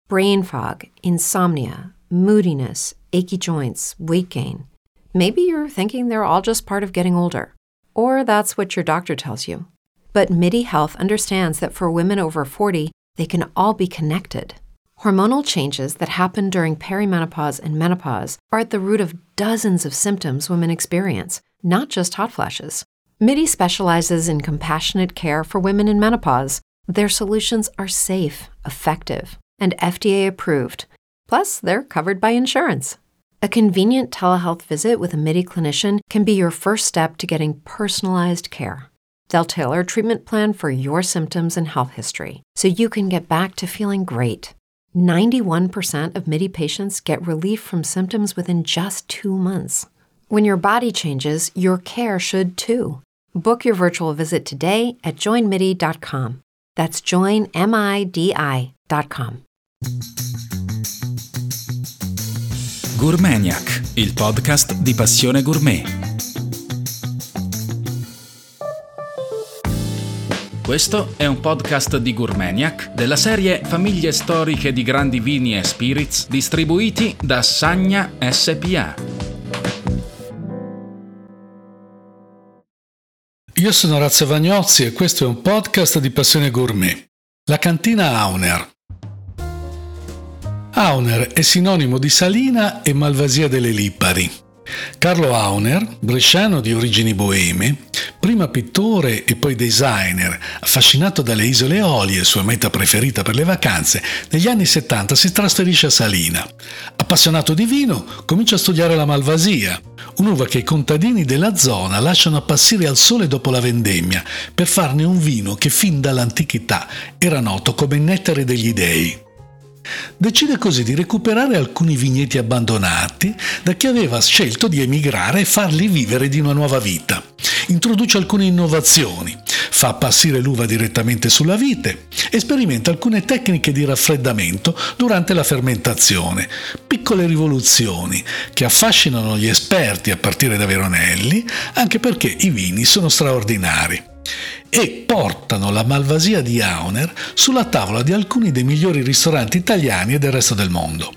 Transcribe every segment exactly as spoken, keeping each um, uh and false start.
brain fog, insomnia, moodiness, achy joints, weight gain. Maybe you're thinking they're all just part of getting older, or that's what your doctor tells you. But MIDI Health understands that for women over forty, they can all be connected. Hormonal changes that happen during perimenopause and menopause are at the root of dozens of symptoms women experience, not just hot flashes. MIDI specializes in compassionate care for women in menopause. Their solutions are safe, effective, and F D A approved. Plus, they're covered by insurance. A convenient telehealth visit with a MIDI clinician can be your first step to getting personalized care. They'll tailor a treatment plan for your symptoms and health history, so you can get back to feeling great. ninety-one percent of MIDI patients get relief from symptoms within just two months. When your body changes, your care should too. Book your virtual visit today at join midi dot com. That's join midi dot com. Gourmaniac, il podcast di Passione Gourmet. Questo è un podcast di Gourmaniac della serie Famiglie storiche di grandi vini e spirits distribuiti da Sagna S P A. Io sono Orazio Vagnozzi e questo è un podcast di Passione Gourmet. La cantina Auner. Auner è sinonimo di salina e malvasia delle Lipari. Carlo Auner, bresciano di origini boeme, prima pittore e poi designer, affascinato dalle isole Eolie, sua meta preferita per le vacanze, negli anni settanta si trasferisce a Salina. Appassionato di vino, comincia a studiare la malvasia, un'uva che i contadini della zona lasciano appassire al sole dopo la vendemmia, per farne un vino che fin dall'antichità era noto come nettare degli dei. Decide così di recuperare alcuni vigneti abbandonati da chi aveva scelto di emigrare e farli vivere di una nuova vita. Introduce alcune innovazioni, fa appassire l'uva direttamente sulla vite e sperimenta alcune tecniche di raffreddamento durante la fermentazione. Piccole rivoluzioni che affascinano gli esperti a partire da Veronelli, anche perché i vini sono straordinari. E portano la malvasia di Auner sulla tavola di alcuni dei migliori ristoranti italiani e del resto del mondo.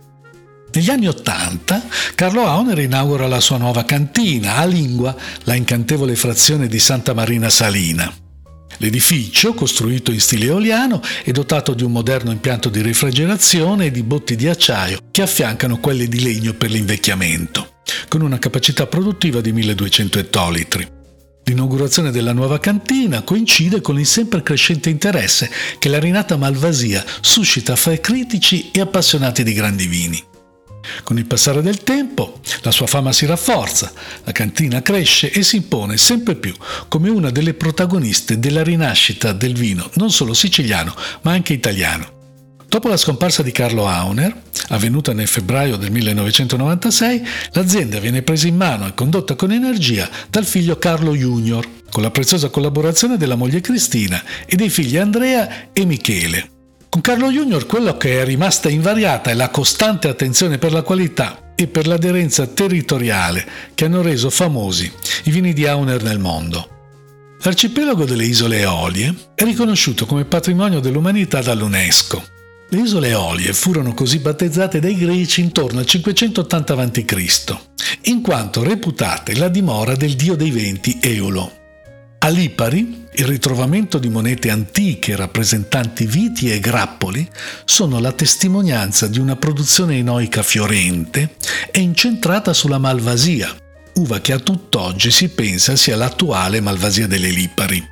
Negli anni Ottanta, Carlo Auner inaugura la sua nuova cantina, a Lingua, la incantevole frazione di Santa Marina Salina. L'edificio, costruito in stile eoliano, è dotato di un moderno impianto di refrigerazione e di botti di acciaio che affiancano quelle di legno per l'invecchiamento, con una capacità produttiva di milleduecento ettolitri. L'inaugurazione della nuova cantina coincide con il sempre crescente interesse che la rinata malvasia suscita fra critici e appassionati di grandi vini. Con il passare del tempo, la sua fama si rafforza, la cantina cresce e si impone sempre più come una delle protagoniste della rinascita del vino non solo siciliano ma anche italiano. Dopo la scomparsa di Carlo Auner, avvenuta nel febbraio del millenovecentonovantasei, l'azienda viene presa in mano e condotta con energia dal figlio Carlo Junior, con la preziosa collaborazione della moglie Cristina e dei figli Andrea e Michele. Con Carlo Junior quello che è rimasta invariata è la costante attenzione per la qualità e per l'aderenza territoriale che hanno reso famosi i vini di Auner nel mondo. L'arcipelago delle isole Eolie è riconosciuto come patrimonio dell'umanità dall'UNESCO. Le isole Eolie furono così battezzate dai greci intorno al cinquecentottanta avanti Cristo, in quanto reputate la dimora del dio dei venti Eolo. A Lipari, il ritrovamento di monete antiche rappresentanti viti e grappoli sono la testimonianza di una produzione enoica fiorente e incentrata sulla malvasia, uva che a tutt'oggi si pensa sia l'attuale malvasia delle Lipari.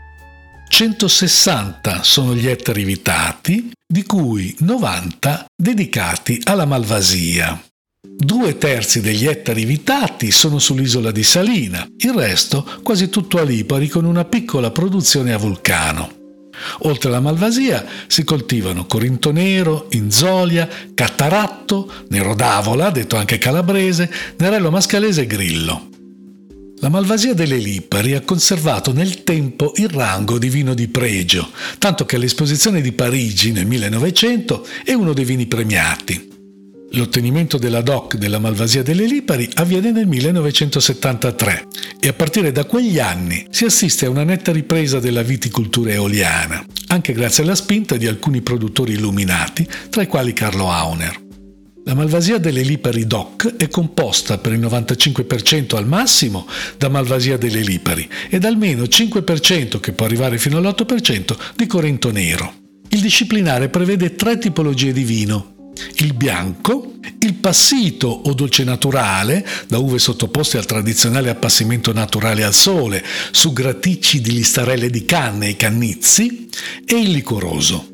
centosessanta sono gli ettari vitati, di cui novanta dedicati alla malvasia. Due terzi degli ettari vitati sono sull'isola di Salina, il resto quasi tutto a Lipari con una piccola produzione a Vulcano. Oltre alla malvasia si coltivano Corinto Nero, Inzolia, Cattaratto, Nero d'Avola, detto anche calabrese, Nerello Mascalese e Grillo. La malvasia delle Lipari ha conservato nel tempo il rango di vino di pregio, tanto che all'esposizione di Parigi nel millenovecento è uno dei vini premiati. L'ottenimento della D O C della Malvasia delle Lipari avviene nel millenovecentosettantatré e a partire da quegli anni si assiste a una netta ripresa della viticoltura eoliana, anche grazie alla spinta di alcuni produttori illuminati, tra i quali Carlo Auner. La Malvasia delle Lipari D O C è composta per il novantacinque per cento al massimo da Malvasia delle Lipari ed almeno cinque per cento, che può arrivare fino all'otto per cento, di Corinto Nero. Il disciplinare prevede tre tipologie di vino: il bianco, il passito o dolce naturale, da uve sottoposte al tradizionale appassimento naturale al sole, su graticci di listarelle di canne e cannizi, e il licoroso.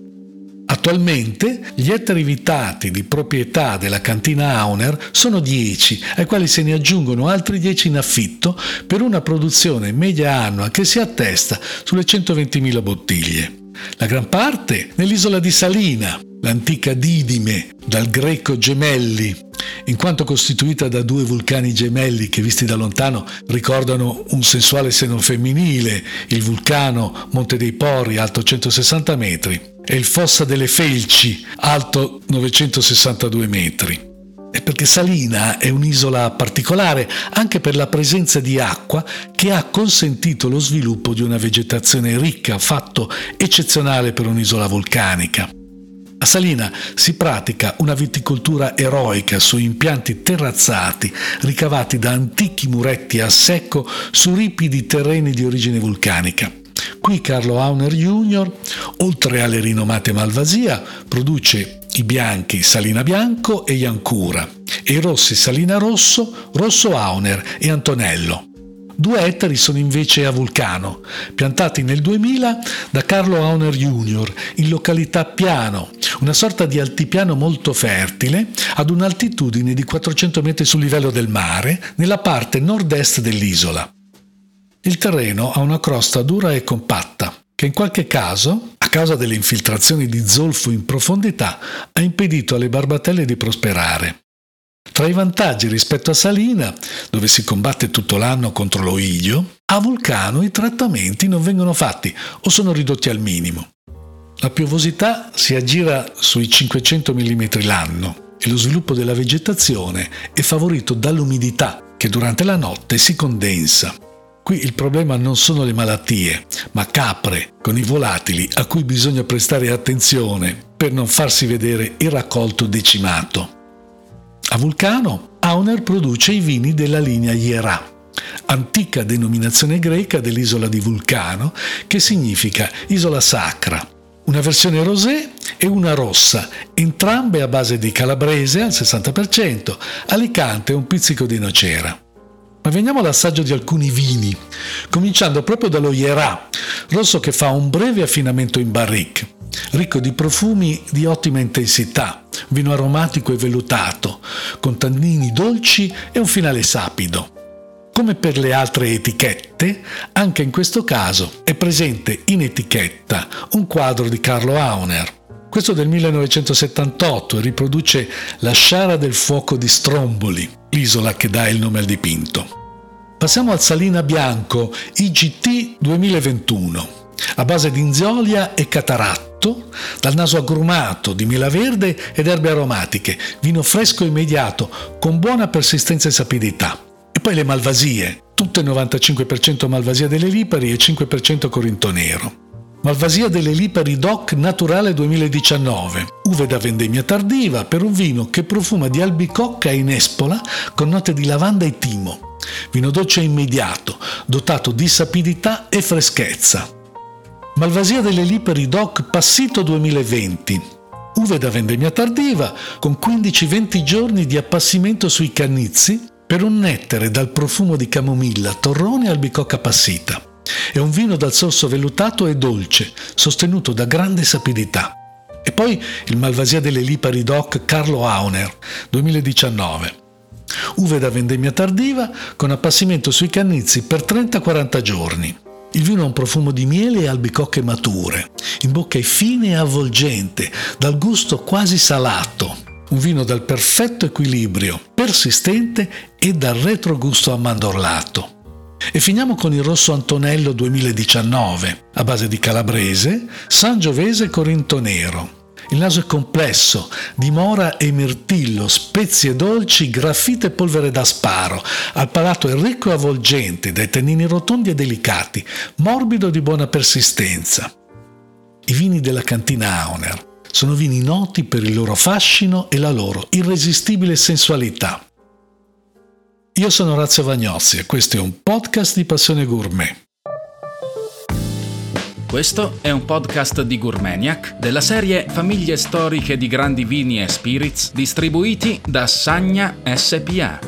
Attualmente gli ettari vitati di proprietà della cantina Auner sono dieci, ai quali se ne aggiungono altri dieci in affitto, per una produzione media annua che si attesta sulle centoventimila bottiglie. La gran parte nell'isola di Salina, l'antica Didime, dal greco gemelli, in quanto costituita da due vulcani gemelli che visti da lontano ricordano un sensuale seno femminile, il vulcano Monte dei Porri, alto centosessanta metri, e il Fossa delle Felci, alto novecentosessantadue metri. E perché Salina è un'isola particolare anche per la presenza di acqua che ha consentito lo sviluppo di una vegetazione ricca, fatto eccezionale per un'isola vulcanica. A Salina si pratica una viticoltura eroica su impianti terrazzati ricavati da antichi muretti a secco su ripidi terreni di origine vulcanica. Qui Carlo Auner junior, oltre alle rinomate Malvasia, produce i bianchi Salina Bianco e Jancura e i rossi Salina Rosso, Rosso Auner e Antonello. Due ettari sono invece a Vulcano, piantati nel duemila da Carlo Auner junior in località Piano, una sorta di altipiano molto fertile ad un'altitudine di quattrocento metri sul livello del mare nella parte nord-est dell'isola. Il terreno ha una crosta dura e compatta che in qualche caso, a causa delle infiltrazioni di zolfo in profondità, ha impedito alle barbatelle di prosperare. Tra i vantaggi rispetto a Salina, dove si combatte tutto l'anno contro l'oidio, a Vulcano i trattamenti non vengono fatti o sono ridotti al minimo. La piovosità si aggira sui cinquecento millimetri l'anno e lo sviluppo della vegetazione è favorito dall'umidità che durante la notte si condensa. Qui il problema non sono le malattie, ma capre con i volatili a cui bisogna prestare attenzione per non farsi vedere il raccolto decimato. A Vulcano, Auner produce i vini della linea Hierà, antica denominazione greca dell'isola di Vulcano, che significa isola sacra. Una versione rosé e una rossa, entrambe a base di calabrese al sessanta per cento, Alicante e un pizzico di nocera. Ma veniamo all'assaggio di alcuni vini, cominciando proprio dallo Hierà, rosso che fa un breve affinamento in barrique, ricco di profumi di ottima intensità, vino aromatico e vellutato, con tannini dolci e un finale sapido. Come per le altre etichette, anche in questo caso è presente in etichetta un quadro di Carlo Auner, questo del millenovecentosettantotto, e riproduce la sciara del fuoco di Stromboli, l'isola che dà il nome al dipinto. Passiamo al Salina Bianco I G T duemilaventuno, a base di inzolia e cataratto, dal naso agrumato di mela verde ed erbe aromatiche, vino fresco immediato, con buona persistenza e sapidità. E poi le Malvasie, tutte novantacinque per cento Malvasia delle Lipari e cinque per cento Corinto Nero. Malvasia delle Lipari D O C Naturale duemiladiciannove, uve da vendemmia tardiva per un vino che profuma di albicocca e inespola con note di lavanda e timo. Vino dolce immediato, dotato di sapidità e freschezza. Malvasia delle Lipari D O C Passito duemilaventi, uve da vendemmia tardiva con quindici venti giorni di appassimento sui cannizi per un nettare dal profumo di camomilla, torrone e albicocca passita. È un vino dal sorso vellutato e dolce, sostenuto da grande sapidità. E poi il Malvasia delle Lipari D O C Carlo Auner duemiladiciannove, uve da vendemmia tardiva con appassimento sui cannizi per trenta quaranta giorni. Il vino ha un profumo di miele e albicocche mature, in bocca è fine e avvolgente, dal gusto quasi salato. Un vino dal perfetto equilibrio, persistente e dal retrogusto ammandorlato. E finiamo con il Rosso Antonello duemiladiciannove, a base di calabrese, sangiovese e Corinto Nero. Il naso è complesso, di mora e mirtillo, spezie dolci, grafite e polvere da sparo. Al palato è ricco e avvolgente, dai tannini rotondi e delicati, morbido e di buona persistenza. I vini della cantina Auner sono vini noti per il loro fascino e la loro irresistibile sensualità. Io sono Orazio Vagnozzi e questo è un podcast di Passione Gourmet. Questo è un podcast di Gourmaniac della serie Famiglie storiche di grandi vini e spirits distribuiti da Sagna S P A.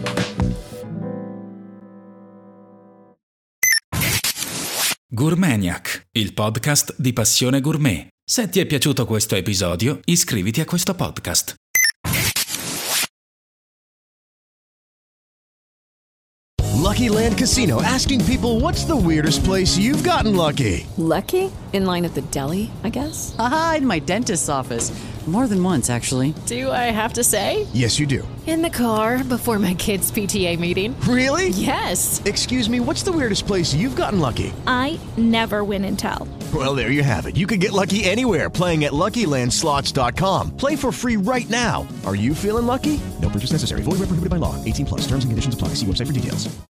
Gourmaniac, il podcast di Passione Gourmet. Se ti è piaciuto questo episodio, iscriviti a questo podcast. Lucky Land Casino, asking people, what's the weirdest place you've gotten lucky? Lucky? In line at the deli, I guess? Aha, in my dentist's office. More than once, actually. Do I have to say? Yes, you do. In the car before my kids' P T A meeting. Really? Yes. Excuse me, what's the weirdest place you've gotten lucky? I never win and tell. Well, there you have it. You can get lucky anywhere, playing at Lucky Land Slots dot com. Play for free right now. Are you feeling lucky? No purchase necessary. Void where prohibited by law. eighteen plus. Terms and conditions apply. See website for details.